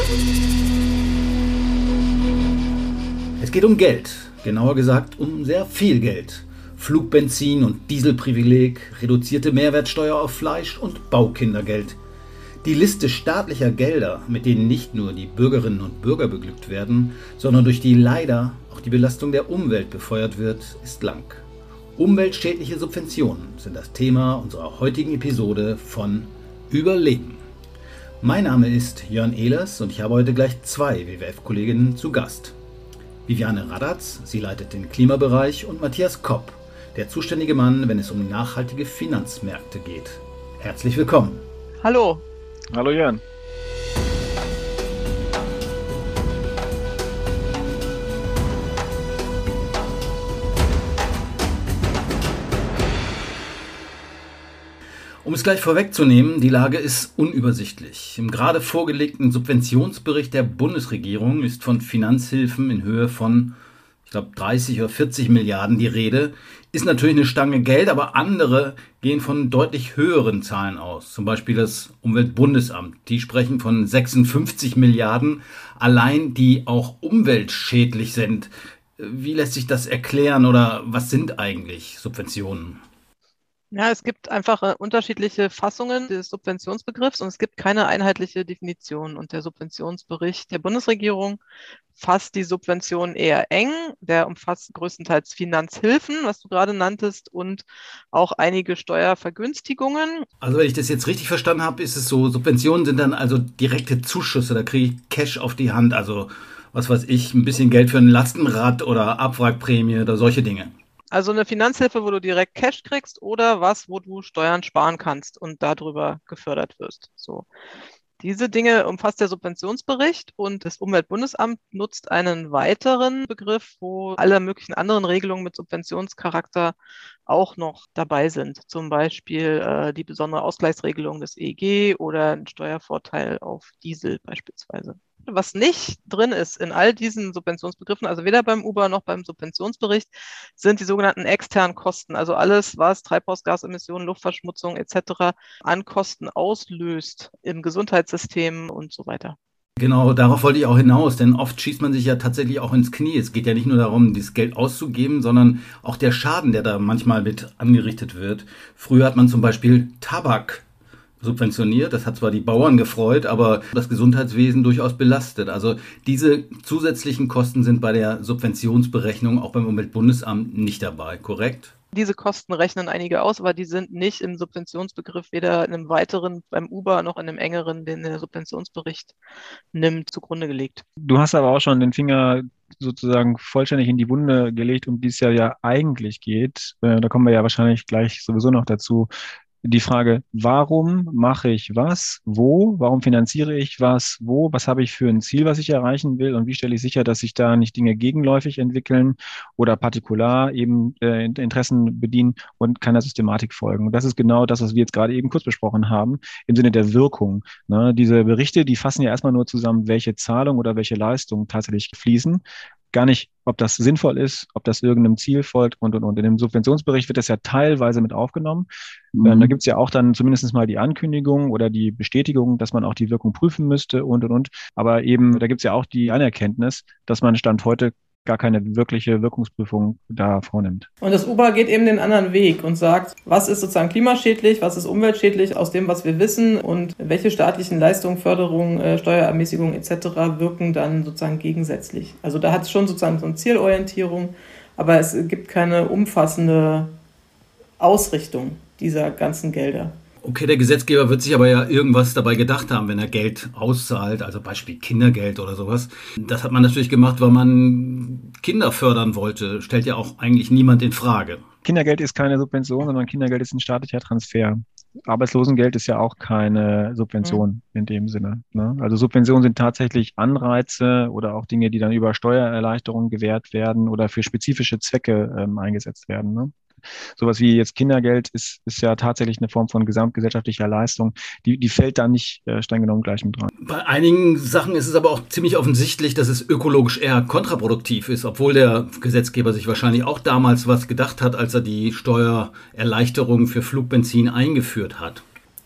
Es geht um Geld, genauer gesagt um sehr viel Geld. Flugbenzin und Dieselprivileg, reduzierte Mehrwertsteuer auf Fleisch und Baukindergeld. Die Liste staatlicher Gelder, mit denen nicht nur die Bürgerinnen und Bürger beglückt werden, sondern durch die leider auch die Belastung der Umwelt befeuert wird, ist lang. Umweltschädliche Subventionen sind das Thema unserer heutigen Episode von Überleben. Mein Name ist Jörn Ehlers und ich habe heute gleich zwei WWF-Kolleginnen zu Gast. Viviane Radatz, sie leitet den Klimabereich, und Matthias Kopp, der zuständige Mann, wenn es um nachhaltige Finanzmärkte geht. Herzlich willkommen. Hallo. Hallo Jörn. Um es gleich vorwegzunehmen, die Lage ist unübersichtlich. Im gerade vorgelegten Subventionsbericht der Bundesregierung ist von Finanzhilfen in Höhe von, 30 oder 40 Milliarden die Rede. Ist natürlich eine Stange Geld, aber andere gehen von deutlich höheren Zahlen aus. Zum Beispiel das Umweltbundesamt. Die sprechen von 56 Milliarden, allein die auch umweltschädlich sind. Wie lässt sich das erklären oder was sind eigentlich Subventionen? Ja, es gibt einfach unterschiedliche Fassungen des Subventionsbegriffs und es gibt keine einheitliche Definition. Und der Subventionsbericht der Bundesregierung fasst die Subvention eher eng. Der umfasst größtenteils Finanzhilfen, was du gerade nanntest, und auch einige Steuervergünstigungen. Also wenn ich das jetzt richtig verstanden habe, ist es so, Subventionen sind dann also direkte Zuschüsse, da kriege ich Cash auf die Hand, also was weiß ich, ein bisschen Geld für ein Lastenrad oder Abwrackprämie oder solche Dinge. Also eine Finanzhilfe, wo du direkt Cash kriegst, oder was, wo du Steuern sparen kannst und darüber gefördert wirst. So. Diese Dinge umfasst der Subventionsbericht, und das Umweltbundesamt nutzt einen weiteren Begriff, wo alle möglichen anderen Regelungen mit Subventionscharakter auch noch dabei sind. Zum Beispiel die besondere Ausgleichsregelung des EEG oder ein Steuervorteil auf Diesel beispielsweise. Was nicht drin ist in all diesen Subventionsbegriffen, also weder beim UBA noch beim Subventionsbericht, sind die sogenannten externen Kosten. Also alles, was Treibhausgasemissionen, Luftverschmutzung etc. an Kosten auslöst im Gesundheitssystem und so weiter. Genau, darauf wollte ich auch hinaus, denn oft schießt man sich ja tatsächlich auch ins Knie. Es geht ja nicht nur darum, dieses Geld auszugeben, sondern auch der Schaden, der da manchmal mit angerichtet wird. Früher hat man zum Beispiel Tabak subventioniert. Das hat zwar die Bauern gefreut, aber das Gesundheitswesen durchaus belastet. Also diese zusätzlichen Kosten sind bei der Subventionsberechnung auch beim Umweltbundesamt nicht dabei, korrekt? Diese Kosten rechnen einige aus, aber die sind nicht im Subventionsbegriff, weder in einem weiteren beim UBA noch in einem engeren, den der Subventionsbericht nimmt, zugrunde gelegt. Du hast aber auch schon den Finger sozusagen vollständig in die Wunde gelegt, um die es ja eigentlich geht. Da kommen wir ja wahrscheinlich gleich sowieso noch dazu. Die Frage, warum mache ich was, wo, warum finanziere ich was, wo, was habe ich für ein Ziel, was ich erreichen will, und wie stelle ich sicher, dass sich da nicht Dinge gegenläufig entwickeln oder partikular eben Interessen bedienen und keiner Systematik folgen. Und das ist genau das, was wir jetzt gerade eben kurz besprochen haben, im Sinne der Wirkung. Ne? Diese Berichte, die fassen ja erstmal nur zusammen, welche Zahlungen oder welche Leistungen tatsächlich fließen. Gar nicht, ob das sinnvoll ist, ob das irgendeinem Ziel folgt und. In dem Subventionsbericht wird das ja teilweise mit aufgenommen. Da gibt es ja auch dann zumindest mal die Ankündigung oder die Bestätigung, dass man auch die Wirkung prüfen müsste und. Aber eben, da gibt es ja auch die Anerkenntnis, dass man Stand heute gar keine wirkliche Wirkungsprüfung da vornimmt. Und das UBA geht eben den anderen Weg und sagt, was ist sozusagen klimaschädlich, was ist umweltschädlich aus dem, was wir wissen, und welche staatlichen Leistungen, Förderung, Steuerermäßigung etc. wirken dann sozusagen gegensätzlich. Also da hat es schon sozusagen so eine Zielorientierung, aber es gibt keine umfassende Ausrichtung dieser ganzen Gelder. Okay, der Gesetzgeber wird sich aber ja irgendwas dabei gedacht haben, wenn er Geld auszahlt, also Beispiel Kindergeld oder sowas. Das hat man natürlich gemacht, weil man Kinder fördern wollte. Stellt ja auch eigentlich niemand in Frage. Kindergeld ist keine Subvention, sondern Kindergeld ist ein staatlicher Transfer. Arbeitslosengeld ist ja auch keine Subvention in dem Sinne. Ne? Also Subventionen sind tatsächlich Anreize oder auch Dinge, die dann über Steuererleichterungen gewährt werden oder für spezifische Zwecke eingesetzt werden. Ne? Sowas wie jetzt Kindergeld ist ja tatsächlich eine Form von gesamtgesellschaftlicher Leistung. Die fällt da nicht streng genommen gleich mit rein. Bei einigen Sachen ist es aber auch ziemlich offensichtlich, dass es ökologisch eher kontraproduktiv ist, obwohl der Gesetzgeber sich wahrscheinlich auch damals was gedacht hat, als er die Steuererleichterung für Flugbenzin eingeführt hat.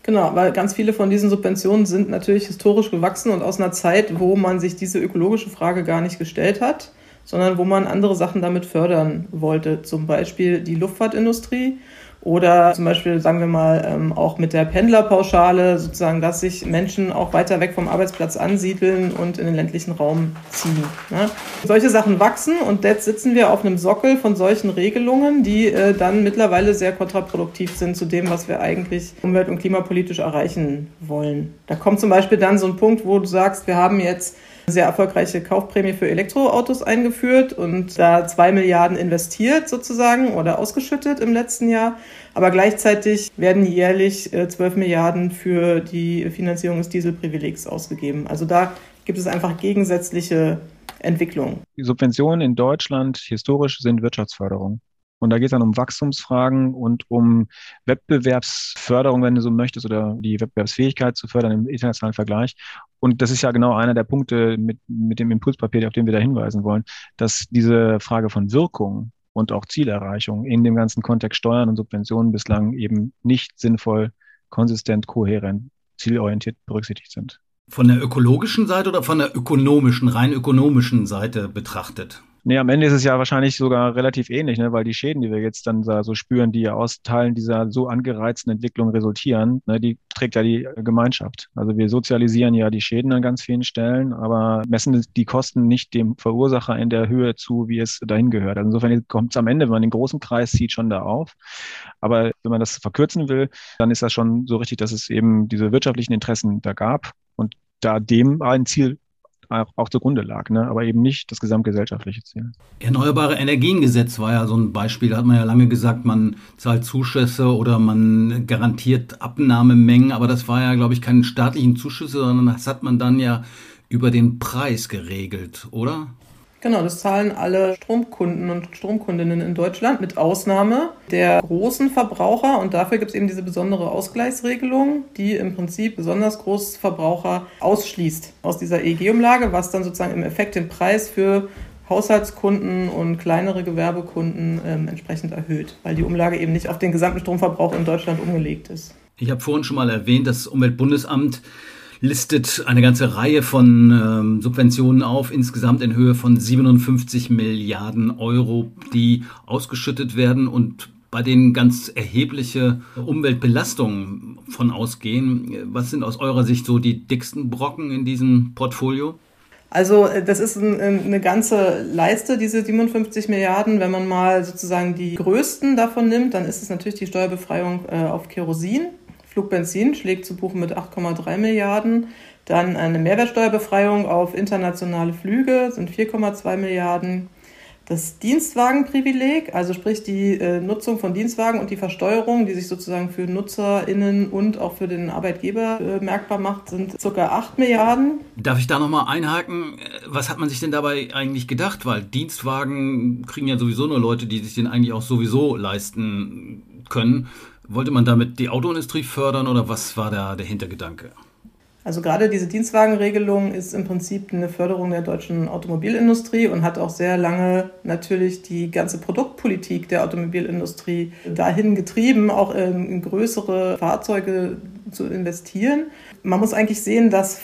Genau, weil ganz viele von diesen Subventionen sind natürlich historisch gewachsen und aus einer Zeit, wo man sich diese ökologische Frage gar nicht gestellt hat, sondern wo man andere Sachen damit fördern wollte. Zum Beispiel die Luftfahrtindustrie oder zum Beispiel, sagen wir mal, auch mit der Pendlerpauschale sozusagen, dass sich Menschen auch weiter weg vom Arbeitsplatz ansiedeln und in den ländlichen Raum ziehen. Ne? Solche Sachen wachsen und jetzt sitzen wir auf einem Sockel von solchen Regelungen, die dann mittlerweile sehr kontraproduktiv sind zu dem, was wir eigentlich umwelt- und klimapolitisch erreichen wollen. Da kommt zum Beispiel dann so ein Punkt, wo du sagst, wir haben jetzt eine sehr erfolgreiche Kaufprämie für Elektroautos eingeführt und da 2 Milliarden investiert sozusagen oder ausgeschüttet im letzten Jahr. Aber gleichzeitig werden jährlich 12 Milliarden für die Finanzierung des Dieselprivilegs ausgegeben. Also da gibt es einfach gegensätzliche Entwicklungen. Die Subventionen in Deutschland historisch sind Wirtschaftsförderung. Und da geht es dann um Wachstumsfragen und um Wettbewerbsförderung, wenn du so möchtest, oder die Wettbewerbsfähigkeit zu fördern im internationalen Vergleich. Und das ist ja genau einer der Punkte mit dem Impulspapier, auf den wir da hinweisen wollen, dass diese Frage von Wirkung und auch Zielerreichung in dem ganzen Kontext Steuern und Subventionen bislang eben nicht sinnvoll, konsistent, kohärent, zielorientiert berücksichtigt sind. Von der ökologischen Seite oder von der ökonomischen, rein ökonomischen Seite betrachtet? Nee, am Ende ist es ja wahrscheinlich sogar relativ ähnlich, ne, weil die Schäden, die wir jetzt dann da so spüren, die ja aus Teilen dieser so angereizten Entwicklung resultieren, ne, die trägt ja die Gemeinschaft. Also wir sozialisieren ja die Schäden an ganz vielen Stellen, aber messen die Kosten nicht dem Verursacher in der Höhe zu, wie es dahin gehört. Also insofern kommt es am Ende, wenn man den großen Kreis sieht, schon da auf. Aber wenn man das verkürzen will, dann ist das schon so richtig, dass es eben diese wirtschaftlichen Interessen da gab und da dem ein Ziel auch zugrunde lag, ne? Aber eben nicht das gesamtgesellschaftliche Ziel. Erneuerbare Energiengesetz war ja so ein Beispiel. Da hat man ja lange gesagt, man zahlt Zuschüsse oder man garantiert Abnahmemengen. Aber das war ja, glaube ich, keine staatlichen Zuschüsse, sondern das hat man dann ja über den Preis geregelt, oder? Genau, das zahlen alle Stromkunden und Stromkundinnen in Deutschland mit Ausnahme der großen Verbraucher. Und dafür gibt es eben diese besondere Ausgleichsregelung, die im Prinzip besonders Großverbraucher ausschließt aus dieser EEG-Umlage, was dann sozusagen im Effekt den Preis für Haushaltskunden und kleinere Gewerbekunden entsprechend erhöht, weil die Umlage eben nicht auf den gesamten Stromverbrauch in Deutschland umgelegt ist. Ich habe vorhin schon mal erwähnt, das Umweltbundesamt listet eine ganze Reihe von Subventionen auf, insgesamt in Höhe von 57 Milliarden Euro, die ausgeschüttet werden und bei denen ganz erhebliche Umweltbelastungen von ausgehen. Was sind aus eurer Sicht so die dicksten Brocken in diesem Portfolio? Also das ist eine ganze Leiste, diese 57 Milliarden. Wenn man mal sozusagen die größten davon nimmt, dann ist es natürlich die Steuerbefreiung auf Kerosin. Flugbenzin schlägt zu Buche mit 8,3 Milliarden. Dann eine Mehrwertsteuerbefreiung auf internationale Flüge sind 4,2 Milliarden. Das Dienstwagenprivileg, also sprich die Nutzung von Dienstwagen und die Versteuerung, die sich sozusagen für NutzerInnen und auch für den Arbeitgeber merkbar macht, sind ca. 8 Milliarden. Darf ich da nochmal einhaken? Was hat man sich denn dabei eigentlich gedacht? Weil Dienstwagen kriegen ja sowieso nur Leute, die sich den eigentlich auch sowieso leisten können. Wollte man damit die Autoindustrie fördern oder was war da der Hintergedanke? Also gerade diese Dienstwagenregelung ist im Prinzip eine Förderung der deutschen Automobilindustrie und hat auch sehr lange natürlich die ganze Produktpolitik der Automobilindustrie dahin getrieben, auch in größere Fahrzeuge zu investieren. Man muss eigentlich sehen, dass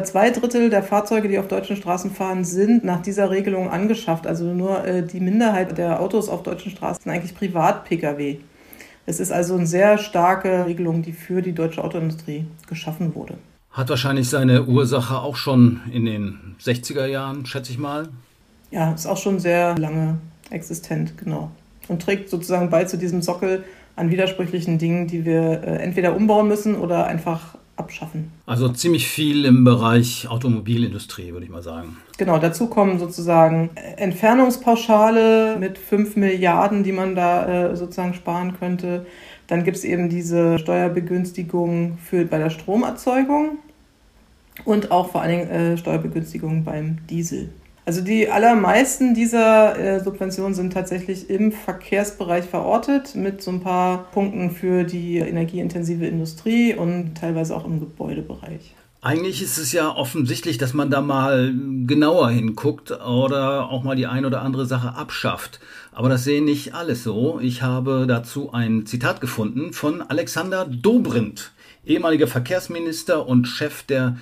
2/3 der Fahrzeuge, die auf deutschen Straßen fahren, sind nach dieser Regelung angeschafft. Also nur die Minderheit der Autos auf deutschen Straßen sind eigentlich Privat-Pkw. Es ist also eine sehr starke Regelung, die für die deutsche Autoindustrie geschaffen wurde. Hat wahrscheinlich seine Ursache auch schon in den 60er Jahren, schätze ich mal. Ja, ist auch schon sehr lange existent, genau. Und trägt sozusagen bei zu diesem Sockel an widersprüchlichen Dingen, die wir entweder umbauen müssen oder einfach abschaffen. Also ziemlich viel im Bereich Automobilindustrie, würde ich mal sagen. Genau, dazu kommen sozusagen Entfernungspauschale mit 5 Milliarden, die man da sozusagen sparen könnte. Dann gibt es eben diese Steuerbegünstigung bei der Stromerzeugung und auch vor allen Dingen Steuerbegünstigung beim Diesel. Also die allermeisten dieser Subventionen sind tatsächlich im Verkehrsbereich verortet, mit so ein paar Punkten für die energieintensive Industrie und teilweise auch im Gebäudebereich. Eigentlich ist es ja offensichtlich, dass man da mal genauer hinguckt oder auch mal die ein oder andere Sache abschafft. Aber das sehen nicht alle so. Ich habe dazu ein Zitat gefunden von Alexander Dobrindt, ehemaliger Verkehrsminister und Chef der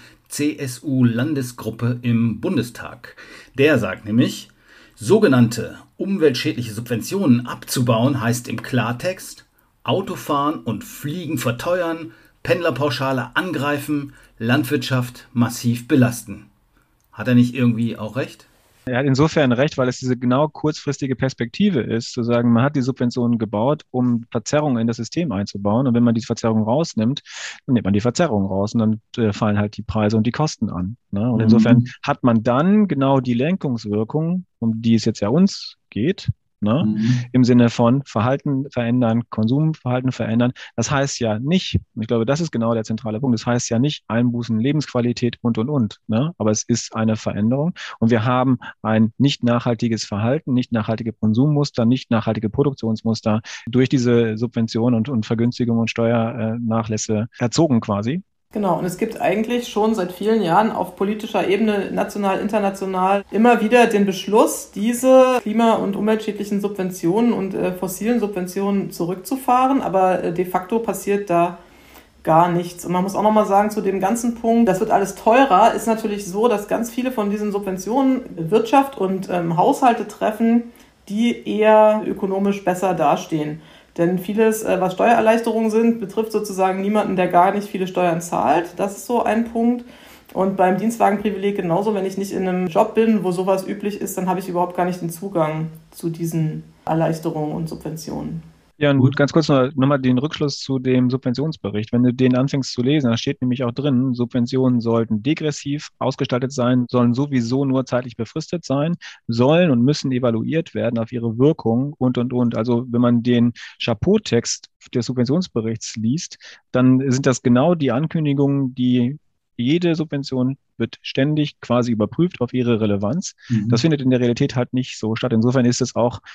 CSU-Landesgruppe im Bundestag. Der sagt nämlich, sogenannte umweltschädliche Subventionen abzubauen heißt im Klartext Autofahren und Fliegen verteuern, Pendlerpauschale angreifen, Landwirtschaft massiv belasten. Hat er nicht irgendwie auch recht? Er hat insofern recht, weil es diese genau kurzfristige Perspektive ist, zu sagen, man hat die Subventionen gebaut, um Verzerrungen in das System einzubauen. Und wenn man diese Verzerrung rausnimmt, dann nimmt man die Verzerrung raus und dann fallen halt die Preise und die Kosten an. Ne? Und insofern hat man dann genau die Lenkungswirkung, um die es jetzt ja uns geht, ne? Im Sinne von Verhalten verändern, Konsumverhalten verändern. Das heißt ja nicht, und ich glaube, das ist genau der zentrale Punkt, das heißt ja nicht Einbußen, Lebensqualität und. Ne? Aber es ist eine Veränderung und wir haben ein nicht nachhaltiges Verhalten, nicht nachhaltige Konsummuster, nicht nachhaltige Produktionsmuster durch diese Subventionen und Vergünstigungen und Steuernachlässe erzogen quasi. Genau, und es gibt eigentlich schon seit vielen Jahren auf politischer Ebene, national, international, immer wieder den Beschluss, diese klima- und umweltschädlichen Subventionen und fossilen Subventionen zurückzufahren, aber de facto passiert da gar nichts. Und man muss auch nochmal sagen, zu dem ganzen Punkt, das wird alles teurer, ist natürlich so, dass ganz viele von diesen Subventionen Wirtschaft und Haushalte treffen, die eher ökonomisch besser dastehen. Denn vieles, was Steuererleichterungen sind, betrifft sozusagen niemanden, der gar nicht viele Steuern zahlt. Das ist so ein Punkt. Und beim Dienstwagenprivileg genauso, wenn ich nicht in einem Job bin, wo sowas üblich ist, dann habe ich überhaupt gar nicht den Zugang zu diesen Erleichterungen und Subventionen. Ja, und ganz kurz nochmal den Rückschluss zu dem Subventionsbericht. Wenn du den anfängst zu lesen, da steht nämlich auch drin, Subventionen sollten degressiv ausgestaltet sein, sollen sowieso nur zeitlich befristet sein, sollen und müssen evaluiert werden auf ihre Wirkung und. Also wenn man den Chapeau-Text des Subventionsberichts liest, dann sind das genau die Ankündigungen, die jede Subvention wird ständig quasi überprüft auf ihre Relevanz. Das findet in der Realität halt nicht so statt. Insofern ist es auch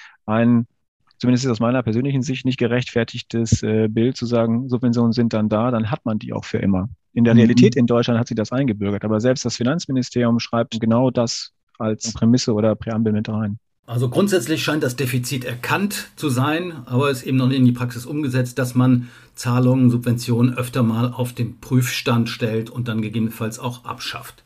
zumindest aus meiner persönlichen Sicht, nicht gerechtfertigtes Bild zu sagen, Subventionen sind dann da, dann hat man die auch für immer. In der Realität in Deutschland hat sie das eingebürgert, aber selbst das Finanzministerium schreibt genau das als Prämisse oder Präambel mit rein. Also grundsätzlich scheint das Defizit erkannt zu sein, aber es ist eben noch nicht in die Praxis umgesetzt, dass man Zahlungen, Subventionen öfter mal auf den Prüfstand stellt und dann gegebenenfalls auch abschafft.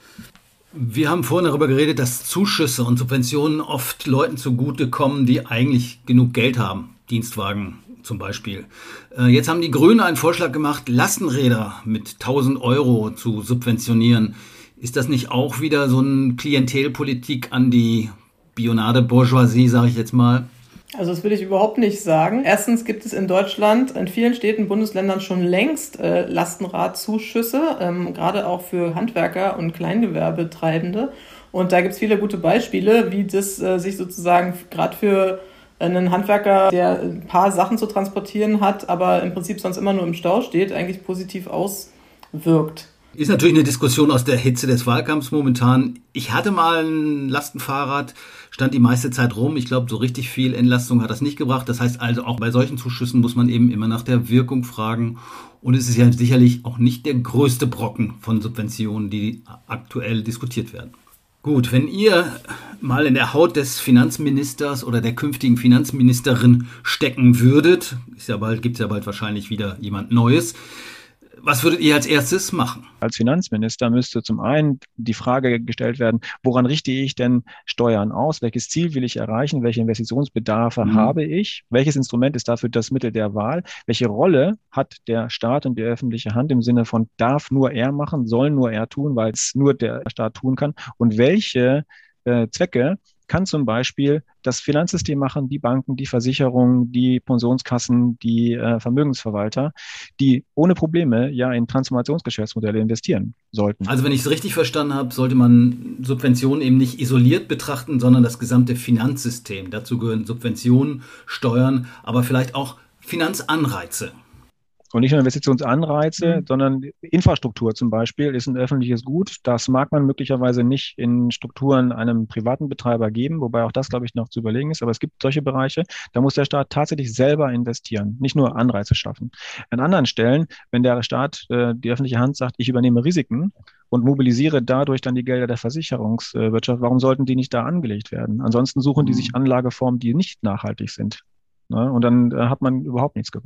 Wir haben vorhin darüber geredet, dass Zuschüsse und Subventionen oft Leuten zugutekommen, die eigentlich genug Geld haben. Dienstwagen zum Beispiel. Jetzt haben die Grünen einen Vorschlag gemacht, Lastenräder mit 1.000 Euro zu subventionieren. Ist das nicht auch wieder so eine Klientelpolitik an die Bionade-Bourgeoisie, sage ich jetzt mal? Also das will ich überhaupt nicht sagen. Erstens gibt es in Deutschland in vielen Städten, Bundesländern schon längst Lastenradzuschüsse, gerade auch für Handwerker und Kleingewerbetreibende. Und da gibt es viele gute Beispiele, wie das sich sozusagen gerade für einen Handwerker, der ein paar Sachen zu transportieren hat, aber im Prinzip sonst immer nur im Stau steht, eigentlich positiv auswirkt. Ist natürlich eine Diskussion aus der Hitze des Wahlkampfs momentan. Ich hatte mal ein Lastenfahrrad, stand die meiste Zeit rum. Ich glaube, so richtig viel Entlastung hat das nicht gebracht. Das heißt also, auch bei solchen Zuschüssen muss man eben immer nach der Wirkung fragen. Und es ist ja sicherlich auch nicht der größte Brocken von Subventionen, die aktuell diskutiert werden. Gut, wenn ihr mal in der Haut des Finanzministers oder der künftigen Finanzministerin stecken würdet, gibt's ja bald wahrscheinlich wieder jemand Neues, was würdet ihr als erstes machen? Als Finanzminister müsste zum einen die Frage gestellt werden, woran richte ich denn Steuern aus? Welches Ziel will ich erreichen? Welche Investitionsbedarfe habe ich? Welches Instrument ist dafür das Mittel der Wahl? Welche Rolle hat der Staat und die öffentliche Hand im Sinne von darf nur er machen, soll nur er tun, weil es nur der Staat tun kann? Und welche Zwecke kann zum Beispiel das Finanzsystem machen, die Banken, die Versicherungen, die Pensionskassen, die Vermögensverwalter, die ohne Probleme ja in Transformationsgeschäftsmodelle investieren sollten. Also wenn ich es richtig verstanden habe, sollte man Subventionen eben nicht isoliert betrachten, sondern das gesamte Finanzsystem. Dazu gehören Subventionen, Steuern, aber vielleicht auch Finanzanreize. Und nicht nur Investitionsanreize, sondern Infrastruktur zum Beispiel ist ein öffentliches Gut. Das mag man möglicherweise nicht in Strukturen einem privaten Betreiber geben, wobei auch das, glaube ich, noch zu überlegen ist. Aber es gibt solche Bereiche, da muss der Staat tatsächlich selber investieren, nicht nur Anreize schaffen. An anderen Stellen, wenn der Staat, die öffentliche Hand sagt, ich übernehme Risiken und mobilisiere dadurch dann die Gelder der Versicherungswirtschaft, warum sollten die nicht da angelegt werden? Ansonsten suchen die sich Anlageformen, die nicht nachhaltig sind. Und dann hat man überhaupt nichts gewonnen.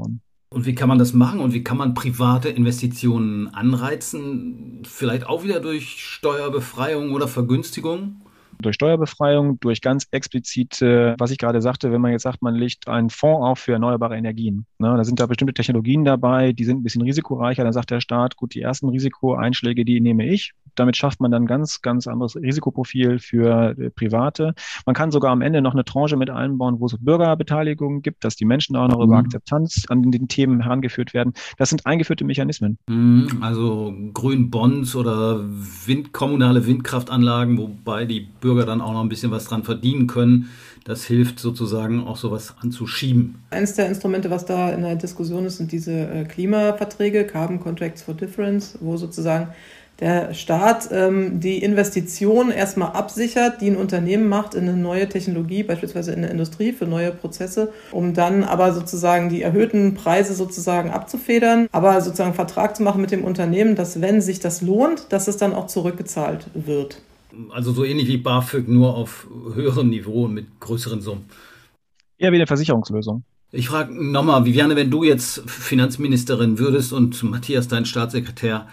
Und wie kann man das machen und wie kann man private Investitionen anreizen? Vielleicht auch wieder durch Steuerbefreiung oder Vergünstigung? Durch Steuerbefreiung, durch ganz explizite, was ich gerade sagte, wenn man jetzt sagt, man legt einen Fonds auf für erneuerbare Energien. Ne, da sind da bestimmte Technologien dabei, die sind ein bisschen risikoreicher. Dann sagt der Staat, gut, die ersten Risikoeinschläge, die nehme ich. Damit schafft man dann ganz, ganz anderes Risikoprofil für Private. Man kann sogar am Ende noch eine Tranche mit einbauen, wo es Bürgerbeteiligung gibt, dass die Menschen auch noch über Akzeptanz an den Themen herangeführt werden. Das sind eingeführte Mechanismen. Also Grünbonds oder kommunale Windkraftanlagen, wobei die Bürger dann auch noch ein bisschen was dran verdienen können. Das hilft sozusagen auch sowas anzuschieben. Eines der Instrumente, was da in der Diskussion ist, sind diese Klimaverträge, Carbon Contracts for Difference, wo sozusagen der Staat die Investition erstmal absichert, die ein Unternehmen macht in eine neue Technologie, beispielsweise in der Industrie für neue Prozesse, um dann aber sozusagen die erhöhten Preise sozusagen abzufedern, aber sozusagen einen Vertrag zu machen mit dem Unternehmen, dass wenn sich das lohnt, dass es dann auch zurückgezahlt wird. Also so ähnlich wie BAföG, nur auf höherem Niveau und mit größeren Summen. Eher wie eine Versicherungslösung. Ich frage nochmal, Viviane, wenn du jetzt Finanzministerin würdest und Matthias dein Staatssekretär,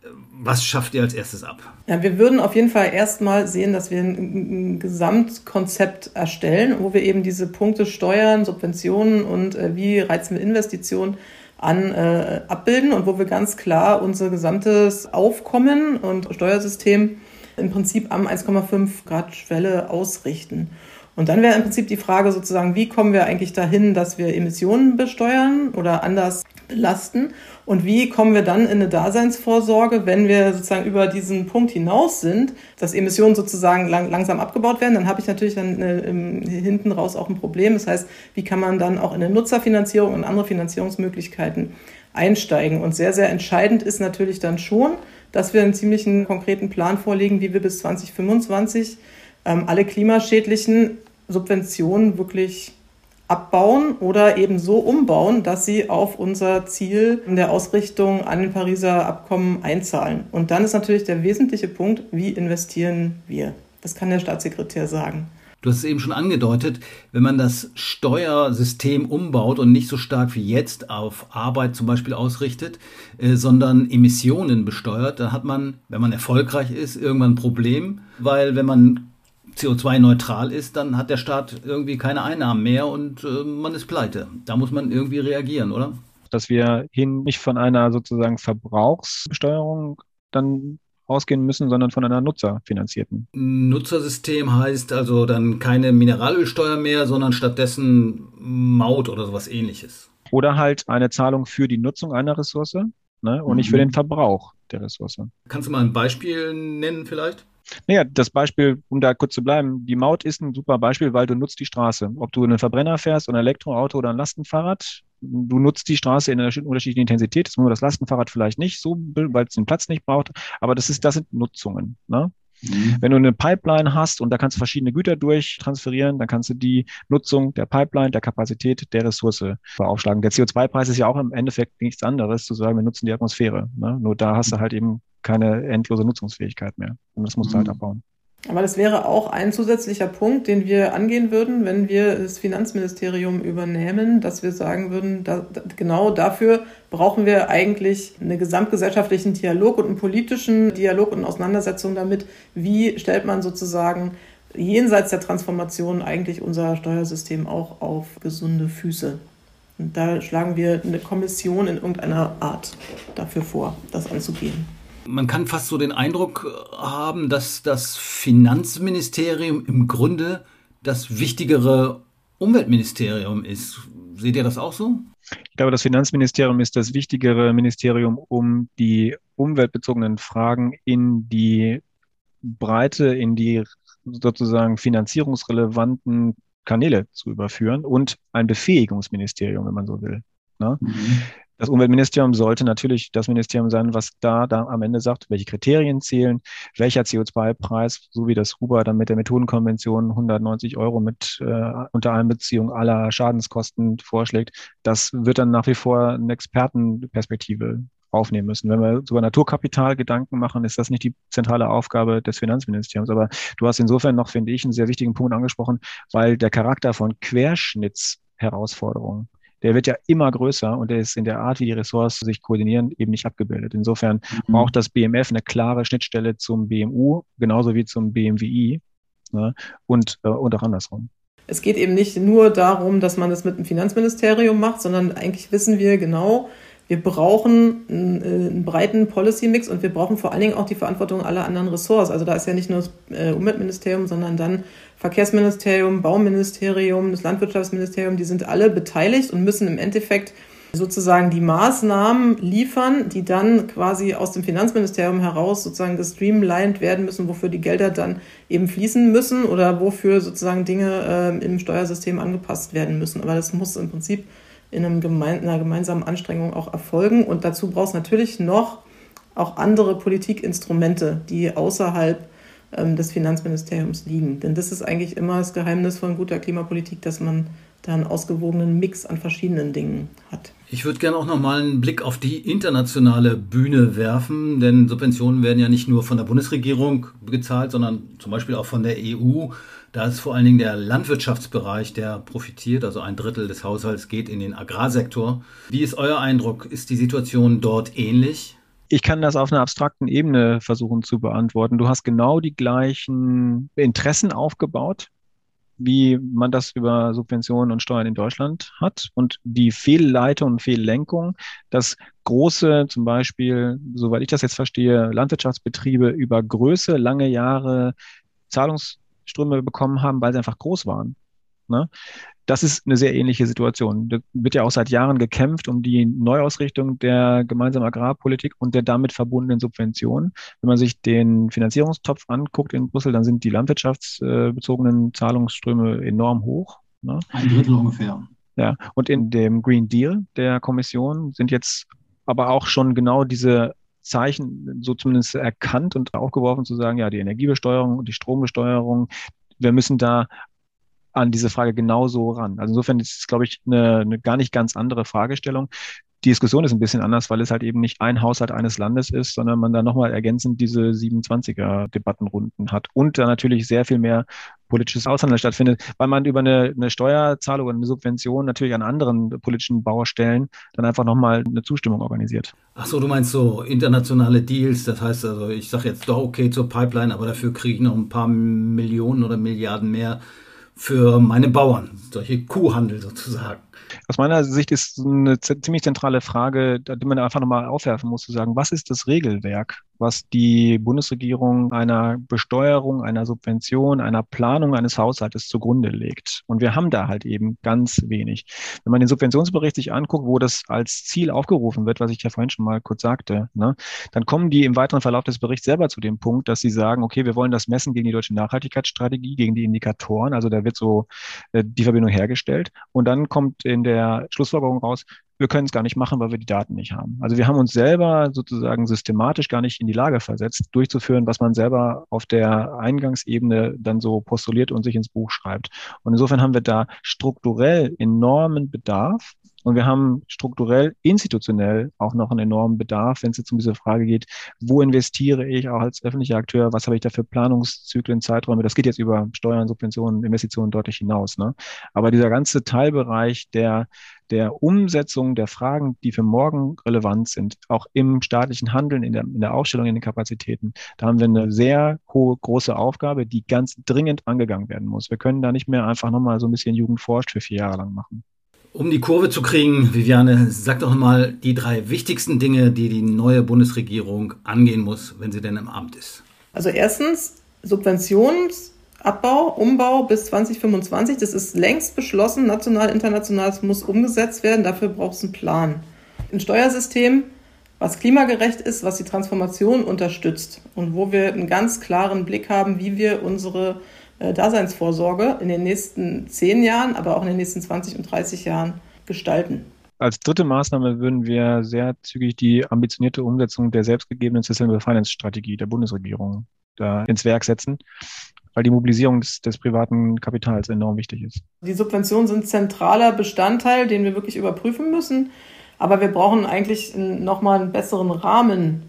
was schafft ihr als erstes ab? Ja, wir würden auf jeden Fall erstmal sehen, dass wir ein Gesamtkonzept erstellen, wo wir eben diese Punkte Steuern, Subventionen und wie reizen wir Investitionen an abbilden und wo wir ganz klar unser gesamtes Aufkommen und Steuersystem im Prinzip am 1,5 Grad Schwelle ausrichten. Und dann wäre im Prinzip die Frage sozusagen, wie kommen wir eigentlich dahin, dass wir Emissionen besteuern oder anders belasten? Und wie kommen wir dann in eine Daseinsvorsorge, wenn wir sozusagen über diesen Punkt hinaus sind, dass Emissionen sozusagen langsam abgebaut werden? Dann habe ich natürlich dann hinten raus auch ein Problem. Das heißt, wie kann man dann auch in eine Nutzerfinanzierung und andere Finanzierungsmöglichkeiten einsteigen? Und sehr, sehr entscheidend ist natürlich dann schon, dass wir einen ziemlichen konkreten Plan vorlegen, wie wir bis 2025 alle klimaschädlichen Subventionen wirklich abbauen oder eben so umbauen, dass sie auf unser Ziel der Ausrichtung an den Pariser Abkommen einzahlen. Und dann ist natürlich der wesentliche Punkt, wie investieren wir? Das kann der Staatssekretär sagen. Du hast es eben schon angedeutet, wenn man das Steuersystem umbaut und nicht so stark wie jetzt auf Arbeit zum Beispiel ausrichtet, sondern Emissionen besteuert, dann hat man, wenn man erfolgreich ist, irgendwann ein Problem, weil wenn man CO2-neutral ist, dann hat der Staat irgendwie keine Einnahmen mehr und man ist pleite. Da muss man irgendwie reagieren, oder? Dass wir nicht von einer sozusagen Verbrauchsbesteuerung dann ausgehen müssen, sondern von einer nutzerfinanzierten. Nutzersystem heißt also dann keine Mineralölsteuer mehr, sondern stattdessen Maut oder sowas Ähnliches. Oder halt eine Zahlung für die Nutzung einer Ressource, ne, und nicht für den Verbrauch der Ressource. Kannst du mal ein Beispiel nennen vielleicht? Naja, das Beispiel, um da kurz zu bleiben, die Maut ist ein super Beispiel, weil du nutzt die Straße. Ob du einen Verbrenner fährst, ein Elektroauto oder ein Lastenfahrrad, du nutzt die Straße in einer unterschiedlichen Intensität. Das ist nur das Lastenfahrrad vielleicht nicht so, weil es den Platz nicht braucht, aber das sind Nutzungen. Ne? Wenn du eine Pipeline hast und da kannst du verschiedene Güter durchtransferieren, dann kannst du die Nutzung der Pipeline, der Kapazität der Ressource beaufschlagen. Der CO2-Preis ist ja auch im Endeffekt nichts anderes, zu sagen, wir nutzen die Atmosphäre. Ne? Nur da hast du halt eben keine endlose Nutzungsfähigkeit mehr. Und das musst du halt abbauen. Aber das wäre auch ein zusätzlicher Punkt, den wir angehen würden, wenn wir das Finanzministerium übernehmen, dass wir sagen würden, genau dafür brauchen wir eigentlich einen gesamtgesellschaftlichen Dialog und einen politischen Dialog und Auseinandersetzung damit, wie stellt man sozusagen jenseits der Transformation eigentlich unser Steuersystem auch auf gesunde Füße. Und da schlagen wir eine Kommission in irgendeiner Art dafür vor, das anzugehen. Man kann fast so den Eindruck haben, dass das Finanzministerium im Grunde das wichtigere Umweltministerium ist. Seht ihr das auch so? Ich glaube, das Finanzministerium ist das wichtigere Ministerium, um die umweltbezogenen Fragen in die Breite, in die sozusagen finanzierungsrelevanten Kanäle zu überführen und ein Befähigungsministerium, wenn man so will. Ne? Das Umweltministerium sollte natürlich das Ministerium sein, was da am Ende sagt, welche Kriterien zählen, welcher CO2-Preis, so wie das Huber dann mit der Methodenkonvention 190 € mit unter Einbeziehung aller Schadenskosten vorschlägt. Das wird dann nach wie vor eine Expertenperspektive aufnehmen müssen. Wenn wir über Naturkapital Gedanken machen, ist das nicht die zentrale Aufgabe des Finanzministeriums. Aber du hast insofern noch, finde ich, einen sehr wichtigen Punkt angesprochen, weil der Charakter von Querschnittsherausforderungen, der wird ja immer größer und der ist in der Art, wie die Ressorts sich koordinieren, eben nicht abgebildet. Insofern braucht das BMF eine klare Schnittstelle zum BMU, genauso wie zum BMWI, ne? Und auch andersrum. Es geht eben nicht nur darum, dass man das mit dem Finanzministerium macht, sondern eigentlich wissen wir genau, wir brauchen einen breiten Policy-Mix und wir brauchen vor allen Dingen auch die Verantwortung aller anderen Ressorts. Also da ist ja nicht nur das Umweltministerium, sondern dann Verkehrsministerium, Bauministerium, das Landwirtschaftsministerium, die sind alle beteiligt und müssen im Endeffekt sozusagen die Maßnahmen liefern, die dann quasi aus dem Finanzministerium heraus sozusagen gestreamlined werden müssen, wofür die Gelder dann eben fließen müssen oder wofür sozusagen Dinge im Steuersystem angepasst werden müssen. Aber das muss im Prinzip in einer gemeinsamen Anstrengung auch erfolgen. Und dazu braucht es natürlich noch auch andere Politikinstrumente, die außerhalb des Finanzministeriums liegen. Denn das ist eigentlich immer das Geheimnis von guter Klimapolitik, dass man da einen ausgewogenen Mix an verschiedenen Dingen hat. Ich würde gerne auch nochmal einen Blick auf die internationale Bühne werfen, denn Subventionen werden ja nicht nur von der Bundesregierung gezahlt, sondern zum Beispiel auch von der EU. Da ist vor allen Dingen der Landwirtschaftsbereich, der profitiert, also 1/3 des Haushalts geht in den Agrarsektor. Wie ist euer Eindruck? Ist die Situation dort ähnlich? Ich kann das auf einer abstrakten Ebene versuchen zu beantworten. Du hast genau die gleichen Interessen aufgebaut, wie man das über Subventionen und Steuern in Deutschland hat. Und die Fehlleitung und Fehllenkung, dass große, zum Beispiel, soweit ich das jetzt verstehe, Landwirtschaftsbetriebe über Größe, lange Jahre Zahlungsströme bekommen haben, weil sie einfach groß waren, ne? Das ist eine sehr ähnliche Situation. Da wird ja auch seit Jahren gekämpft um die Neuausrichtung der gemeinsamen Agrarpolitik und der damit verbundenen Subventionen. Wenn man sich den Finanzierungstopf anguckt in Brüssel, dann sind die landwirtschaftsbezogenen Zahlungsströme enorm hoch, ne? 1/3 ungefähr. Ja, und in dem Green Deal der Kommission sind jetzt aber auch schon genau diese Zeichen so zumindest erkannt und aufgeworfen zu sagen, ja, die Energiebesteuerung und die Strombesteuerung, wir müssen da an diese Frage genauso ran. Also insofern ist es, glaube ich, eine gar nicht ganz andere Fragestellung. Die Diskussion ist ein bisschen anders, weil es halt eben nicht ein Haushalt eines Landes ist, sondern man da nochmal ergänzend diese 27er-Debattenrunden hat und da natürlich sehr viel mehr politisches Aushandeln stattfindet, weil man über eine Steuerzahlung oder eine Subvention natürlich an anderen politischen Baustellen dann einfach nochmal eine Zustimmung organisiert. Ach so, du meinst so internationale Deals, das heißt also, ich sage jetzt doch okay zur Pipeline, aber dafür kriege ich noch ein paar Millionen oder Milliarden mehr für meine Bauern, solche Kuhhandel sozusagen. Aus meiner Sicht ist eine ziemlich zentrale Frage, die man einfach nochmal aufwerfen muss, zu sagen, was ist das Regelwerk, was die Bundesregierung einer Besteuerung, einer Subvention, einer Planung eines Haushaltes zugrunde legt. Und wir haben da halt eben ganz wenig. Wenn man den Subventionsbericht sich anguckt, wo das als Ziel aufgerufen wird, was ich ja vorhin schon mal kurz sagte, ne, dann kommen die im weiteren Verlauf des Berichts selber zu dem Punkt, dass sie sagen, okay, wir wollen das messen gegen die deutsche Nachhaltigkeitsstrategie, gegen die Indikatoren, also da wird so die Verbindung hergestellt. Und dann kommt in der Schlussfolgerung raus, wir können es gar nicht machen, weil wir die Daten nicht haben. Also wir haben uns selber sozusagen systematisch gar nicht in die Lage versetzt, durchzuführen, was man selber auf der Eingangsebene dann so postuliert und sich ins Buch schreibt. Und insofern haben wir da strukturell enormen Bedarf. Und wir haben strukturell, institutionell auch noch einen enormen Bedarf, wenn es jetzt um diese Frage geht, wo investiere ich auch als öffentlicher Akteur, was habe ich da für Planungszyklen, Zeiträume, das geht jetzt über Steuern, Subventionen, Investitionen deutlich hinaus, ne? Aber dieser ganze Teilbereich der Umsetzung der Fragen, die für morgen relevant sind, auch im staatlichen Handeln, in der Aufstellung, in den Kapazitäten, da haben wir eine sehr hohe, große Aufgabe, die ganz dringend angegangen werden muss. Wir können da nicht mehr einfach nochmal so ein bisschen Jugend forscht für 4 Jahre lang machen. Um die Kurve zu kriegen, Viviane, sag doch mal die 3 wichtigsten Dinge, die die neue Bundesregierung angehen muss, wenn sie denn im Amt ist. Also erstens Subventionsabbau, Umbau bis 2025. Das ist längst beschlossen, national, international. Es muss umgesetzt werden. Dafür braucht es einen Plan. Ein Steuersystem, was klimagerecht ist, was die Transformation unterstützt und wo wir einen ganz klaren Blick haben, wie wir unsere Daseinsvorsorge in den nächsten 10 Jahren, aber auch in den nächsten 20 und 30 Jahren gestalten. Als dritte Maßnahme würden wir sehr zügig die ambitionierte Umsetzung der selbstgegebenen Sustainable Finance Strategie der Bundesregierung da ins Werk setzen, weil die Mobilisierung des privaten Kapitals enorm wichtig ist. Die Subventionen sind zentraler Bestandteil, den wir wirklich überprüfen müssen, aber wir brauchen eigentlich nochmal einen besseren Rahmen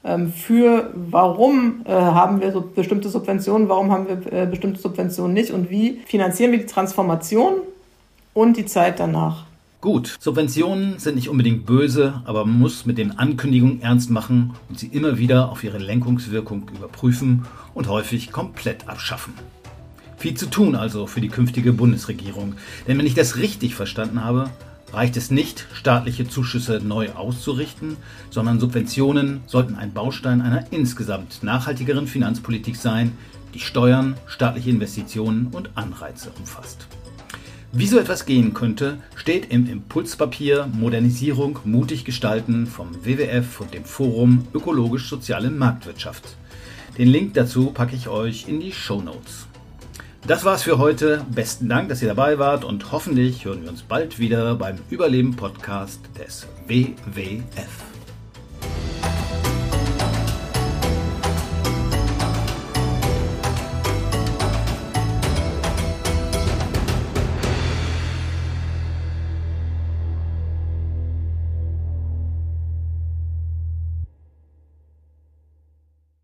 für warum haben wir so bestimmte Subventionen, warum haben wir bestimmte Subventionen nicht und wie finanzieren wir die Transformation und die Zeit danach. Gut, Subventionen sind nicht unbedingt böse, aber man muss mit den Ankündigungen ernst machen und sie immer wieder auf ihre Lenkungswirkung überprüfen und häufig komplett abschaffen. Viel zu tun also für die künftige Bundesregierung, denn wenn ich das richtig verstanden habe, reicht es nicht, staatliche Zuschüsse neu auszurichten, sondern Subventionen sollten ein Baustein einer insgesamt nachhaltigeren Finanzpolitik sein, die Steuern, staatliche Investitionen und Anreize umfasst. Wie so etwas gehen könnte, steht im Impulspapier Modernisierung mutig gestalten vom WWF und dem Forum Ökologisch-Soziale Marktwirtschaft. Den Link dazu packe ich euch in die Shownotes. Das war's für heute. Besten Dank, dass ihr dabei wart und hoffentlich hören wir uns bald wieder beim Überleben-Podcast des WWF.